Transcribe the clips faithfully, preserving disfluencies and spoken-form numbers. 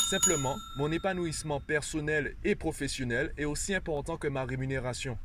Simplement, mon épanouissement personnel et professionnel est aussi important que ma rémunération.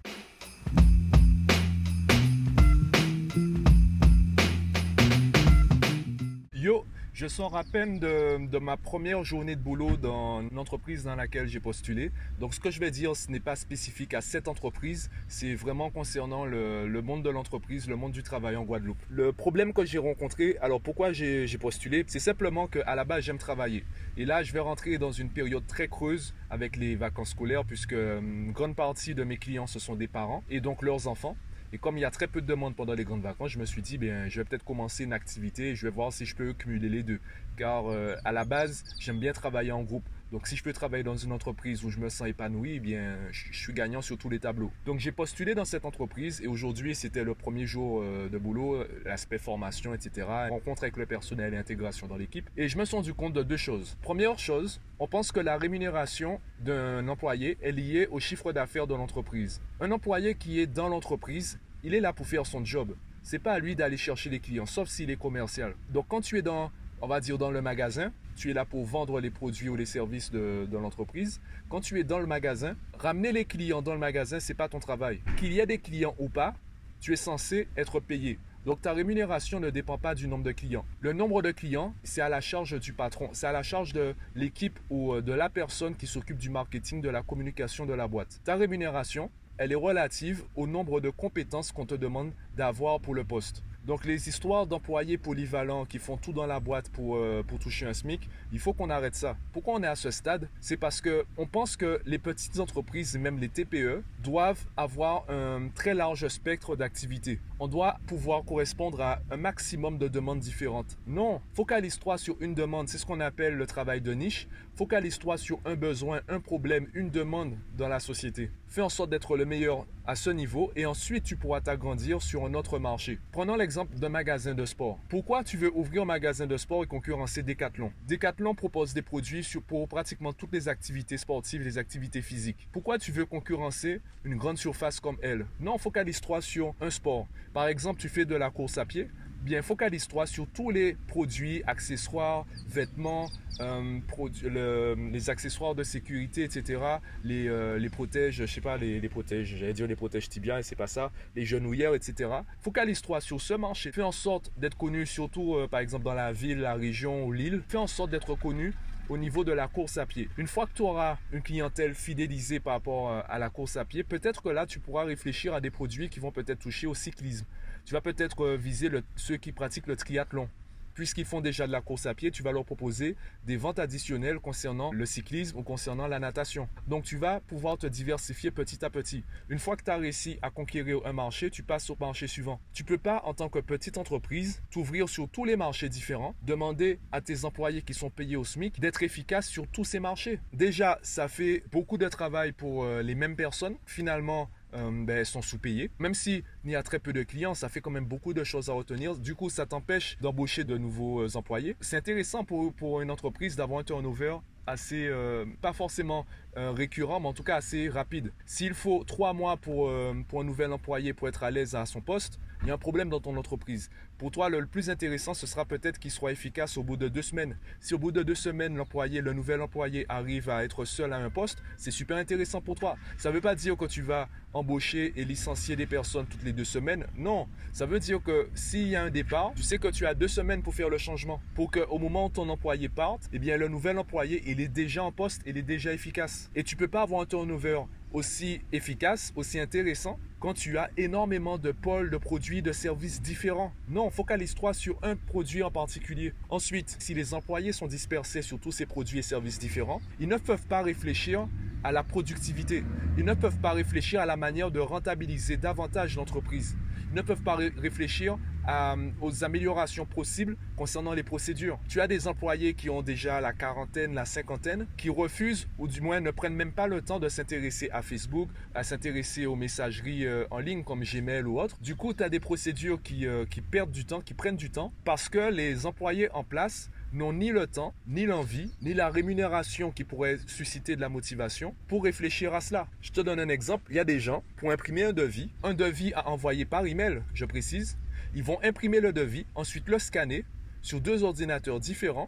Yo, je sors à peine de, de ma première journée de boulot dans l'entreprise dans laquelle j'ai postulé. Donc ce que je vais dire, ce n'est pas spécifique à cette entreprise, c'est vraiment concernant le, le monde de l'entreprise, le monde du travail en Guadeloupe. Le problème que j'ai rencontré, alors pourquoi j'ai postulé, c'est simplement qu'à la base j'aime travailler. Et là je vais rentrer dans une période très creuse avec les vacances scolaires puisque une grande partie de mes clients ce sont des parents et donc leurs enfants. Et comme il y a très peu de demandes pendant les grandes vacances, je me suis dit, bien, je vais peut-être commencer une activité et je vais voir si je peux cumuler les deux. Car euh, à la base, j'aime bien travailler en groupe. Donc si je peux travailler dans une entreprise où je me sens épanoui, eh bien, je, je suis gagnant sur tous les tableaux. Donc j'ai postulé dans cette entreprise et aujourd'hui, c'était le premier jour euh, de boulot, l'aspect formation, et cetera. Rencontre avec le personnel et intégration dans l'équipe. Et je me suis rendu compte de deux choses. Première chose, on pense que la rémunération d'un employé est liée au chiffre d'affaires de l'entreprise. Un employé qui est dans l'entreprise, il est là pour faire son job. C'est pas à lui d'aller chercher les clients, sauf s'il est commercial. Donc quand tu es dans, on va dire dans le magasin, tu es là pour vendre les produits ou les services de, de l'entreprise. Quand tu es dans le magasin, ramener les clients dans le magasin, c'est pas ton travail. Qu'il y ait des clients ou pas, tu es censé être payé. Donc ta rémunération ne dépend pas du nombre de clients. Le nombre de clients, c'est à la charge du patron, c'est à la charge de l'équipe ou de la personne qui s'occupe du marketing, de la communication de la boîte. Ta rémunération, elle est relative au nombre de compétences qu'on te demande d'avoir pour le poste. Donc les histoires d'employés polyvalents qui font tout dans la boîte pour, euh, pour toucher un SMIC, il faut qu'on arrête ça. Pourquoi on est à ce stade? C'est parce qu'on pense que les petites entreprises et même les T P E doivent avoir un très large spectre d'activités. On doit pouvoir correspondre à un maximum de demandes différentes. Non, focalise-toi sur une demande, c'est ce qu'on appelle le travail de niche. Focalise-toi sur un besoin, un problème, une demande dans la société. Fais en sorte d'être le meilleur à ce niveau et ensuite tu pourras t'agrandir sur un autre marché. Prenons l'exemple d'un magasin de sport. Pourquoi tu veux ouvrir un magasin de sport et concurrencer Decathlon? Decathlon propose des produits pour pratiquement toutes les activités sportives et les activités physiques. Pourquoi tu veux concurrencer une grande surface comme elle? Non, focalise-toi sur un sport. Par exemple, tu fais de la course à pied. Bien, focalise-toi sur tous les produits, accessoires, vêtements, euh, produ le, les accessoires de sécurité, et cetera. Les, euh, les protèges, je sais pas, les, les protèges, j'allais dire les protèges tibia et c'est pas ça, les genouillères, et cetera. Focalise-toi sur ce marché. Fais en sorte d'être connu, surtout euh, par exemple dans la ville, la région ou l'île. Fais en sorte d'être connu au niveau de la course à pied. Une fois que tu auras une clientèle fidélisée par rapport à la course à pied, peut-être que là, tu pourras réfléchir à des produits qui vont peut-être toucher au cyclisme. Tu vas peut-être viser le, ceux qui pratiquent le triathlon. Puisqu'ils font déjà de la course à pied, tu vas leur proposer des ventes additionnelles concernant le cyclisme ou concernant la natation. Donc, tu vas pouvoir te diversifier petit à petit. Une fois que tu as réussi à conquérir un marché, tu passes au marché suivant. Tu ne peux pas, en tant que petite entreprise, t'ouvrir sur tous les marchés différents, demander à tes employés qui sont payés au SMIC d'être efficaces sur tous ces marchés. Déjà, ça fait beaucoup de travail pour euh, les mêmes personnes. Finalement, Euh, ben, elles sont sous-payées. Même s'il y a très peu de clients, ça fait quand même beaucoup de choses à retenir. Du coup, ça t'empêche d'embaucher de nouveaux euh, employés. C'est intéressant pour, pour une entreprise d'avoir un turnover assez, euh, pas forcément euh, récurrent, mais en tout cas assez rapide. S'il faut trois mois pour, euh, pour un nouvel employé pour être à l'aise à son poste, il y a un problème dans ton entreprise. Pour toi, le, le plus intéressant, ce sera peut-être qu'il soit efficace au bout de deux semaines. Si au bout de deux semaines, l'employé, le nouvel employé arrive à être seul à un poste, c'est super intéressant pour toi. Ça ne veut pas dire que tu vas embaucher et licencier des personnes toutes les deux semaines. Non, ça veut dire que s'il y a un départ, tu sais que tu as deux semaines pour faire le changement. Pour qu'au moment où ton employé parte, eh bien, le nouvel employé, il est déjà en poste, il est déjà efficace. Et tu ne peux pas avoir un turnover aussi efficace, aussi intéressant quand tu as énormément de pôles, de produits, de services différents. Non, focalise-toi sur un produit en particulier. Ensuite, si les employés sont dispersés sur tous ces produits et services différents, ils ne peuvent pas réfléchir à la productivité. Ils ne peuvent pas réfléchir à la manière de rentabiliser davantage l'entreprise. Ils ne peuvent pas ré réfléchir à, aux améliorations possibles concernant les procédures. Tu as des employés qui ont déjà la quarantaine, la cinquantaine, qui refusent ou du moins ne prennent même pas le temps de s'intéresser à Facebook, à s'intéresser aux messageries euh, en ligne comme Gmail ou autres. Du coup, tu as des procédures qui, euh, qui perdent du temps, qui prennent du temps parce que les employés en place n'ont ni le temps, ni l'envie, ni la rémunération qui pourrait susciter de la motivation pour réfléchir à cela. Je te donne un exemple. Il y a des gens, pour imprimer un devis, un devis à envoyer par email, je précise, ils vont imprimer le devis, ensuite le scanner sur deux ordinateurs différents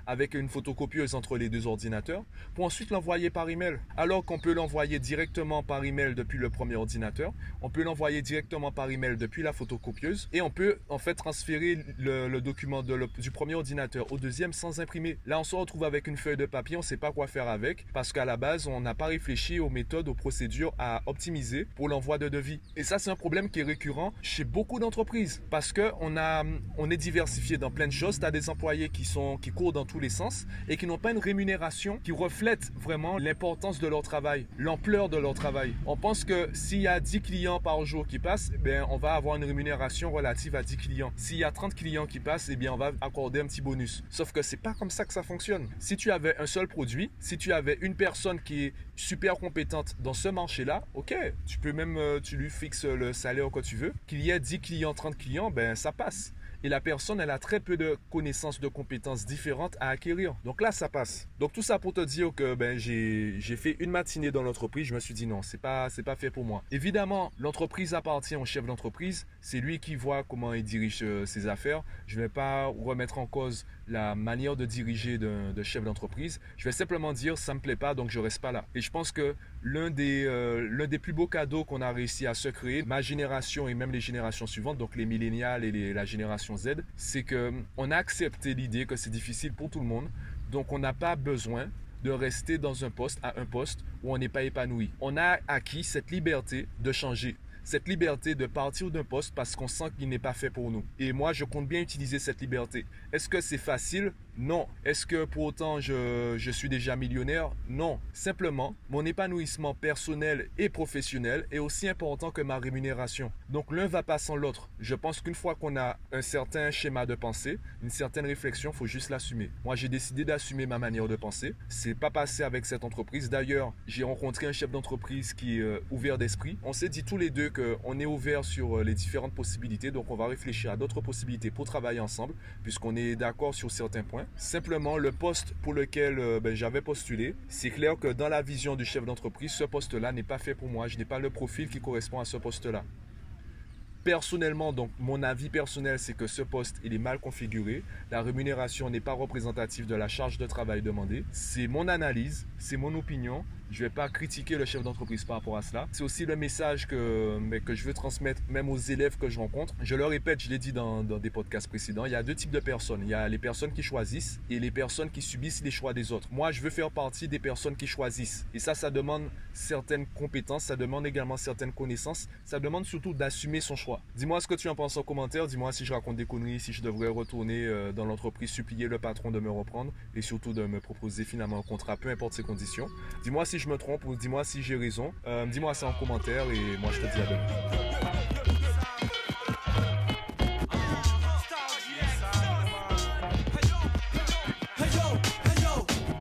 avec une photocopieuse entre les deux ordinateurs pour ensuite l'envoyer par email. Alors qu'on peut l'envoyer directement par email depuis le premier ordinateur, on peut l'envoyer directement par email depuis la photocopieuse et on peut en fait transférer le, le document de le, du premier ordinateur au deuxième sans imprimer. Là, on se retrouve avec une feuille de papier, on ne sait pas quoi faire avec parce qu'à la base, on n'a pas réfléchi aux méthodes, aux procédures à optimiser pour l'envoi de devis. Et ça, c'est un problème qui est récurrent chez beaucoup d'entreprises parce qu'on a, on est diversifié dans plein de choses. Tu as des employés qui, sont, qui courent dans tous les sens et qui n'ont pas une rémunération qui reflète vraiment l'importance de leur travail, l'ampleur de leur travail. On pense que s'il y a dix clients par jour qui passent, eh bien, on va avoir une rémunération relative à dix clients. S'il y a trente clients qui passent, eh bien, on va accorder un petit bonus. Sauf que c'est pas comme ça que ça fonctionne. Si tu avais un seul produit, si tu avais une personne qui est super compétente dans ce marché-là, ok, tu peux même, euh, tu lui fixes le salaire que tu veux. Qu'il y ait dix clients, trente clients, ben ça passe. Et la personne, elle a très peu de connaissances, de compétences différentes à acquérir. Donc là, ça passe. Donc tout ça pour te dire que ben, j'ai, j'ai fait une matinée dans l'entreprise. Je me suis dit non, c'est pas, c'est pas fait pour moi. Évidemment, l'entreprise appartient au chef d'entreprise. C'est lui qui voit comment il dirige euh, ses affaires. Je ne vais pas remettre en cause la manière de diriger d'un, de chef d'entreprise. Je vais simplement dire ça me plaît pas, donc je reste pas là. Et je pense que l'un des, euh, l'un des plus beaux cadeaux qu'on a réussi à se créer, ma génération et même les générations suivantes, donc les millénials et les, la génération Z, c'est qu'on a accepté l'idée que c'est difficile pour tout le monde. Donc on n'a pas besoin de rester dans un poste à un poste où on n'est pas épanoui. On a acquis cette liberté de changer. Cette liberté de partir d'un poste parce qu'on sent qu'il n'est pas fait pour nous. Et moi, je compte bien utiliser cette liberté. Est-ce que c'est facile? Non. Est-ce que pour autant je, je suis déjà millionnaire? Non. Simplement, mon épanouissement personnel et professionnel est aussi important que ma rémunération. Donc l'un va pas sans l'autre. Je pense qu'une fois qu'on a un certain schéma de pensée, une certaine réflexion, il faut juste l'assumer. Moi, j'ai décidé d'assumer ma manière de penser. C'est pas passé avec cette entreprise. D'ailleurs, j'ai rencontré un chef d'entreprise qui est euh, ouvert d'esprit. On s'est dit tous les deux qu'on est ouvert sur les différentes possibilités. Donc on va réfléchir à d'autres possibilités pour travailler ensemble puisqu'on est d'accord sur certains points. Simplement, le poste pour lequel euh, ben, j'avais postulé, c'est clair que dans la vision du chef d'entreprise, ce poste-là n'est pas fait pour moi. Je n'ai pas le profil qui correspond à ce poste-là. Personnellement, donc mon avis personnel, c'est que ce poste, il est mal configuré. La rémunération n'est pas représentative de la charge de travail demandée. C'est mon analyse, c'est mon opinion. Je ne vais pas critiquer le chef d'entreprise par rapport à cela. C'est aussi le message que, mais que je veux transmettre même aux élèves que je rencontre. Je le répète, je l'ai dit dans, dans des podcasts précédents, il y a deux types de personnes. Il y a les personnes qui choisissent et les personnes qui subissent les choix des autres. Moi, je veux faire partie des personnes qui choisissent. Et ça, ça demande certaines compétences, ça demande également certaines connaissances. Ça demande surtout d'assumer son choix. Dis-moi ce que tu en penses en commentaire. Dis-moi si je raconte des conneries, si je devrais retourner dans l'entreprise, supplier le patron de me reprendre et surtout de me proposer finalement un contrat, peu importe ses conditions. Dis-moi si je me trompe ou dis-moi si j'ai raison. Euh, dis-moi ça en commentaire et moi je te dis à demain.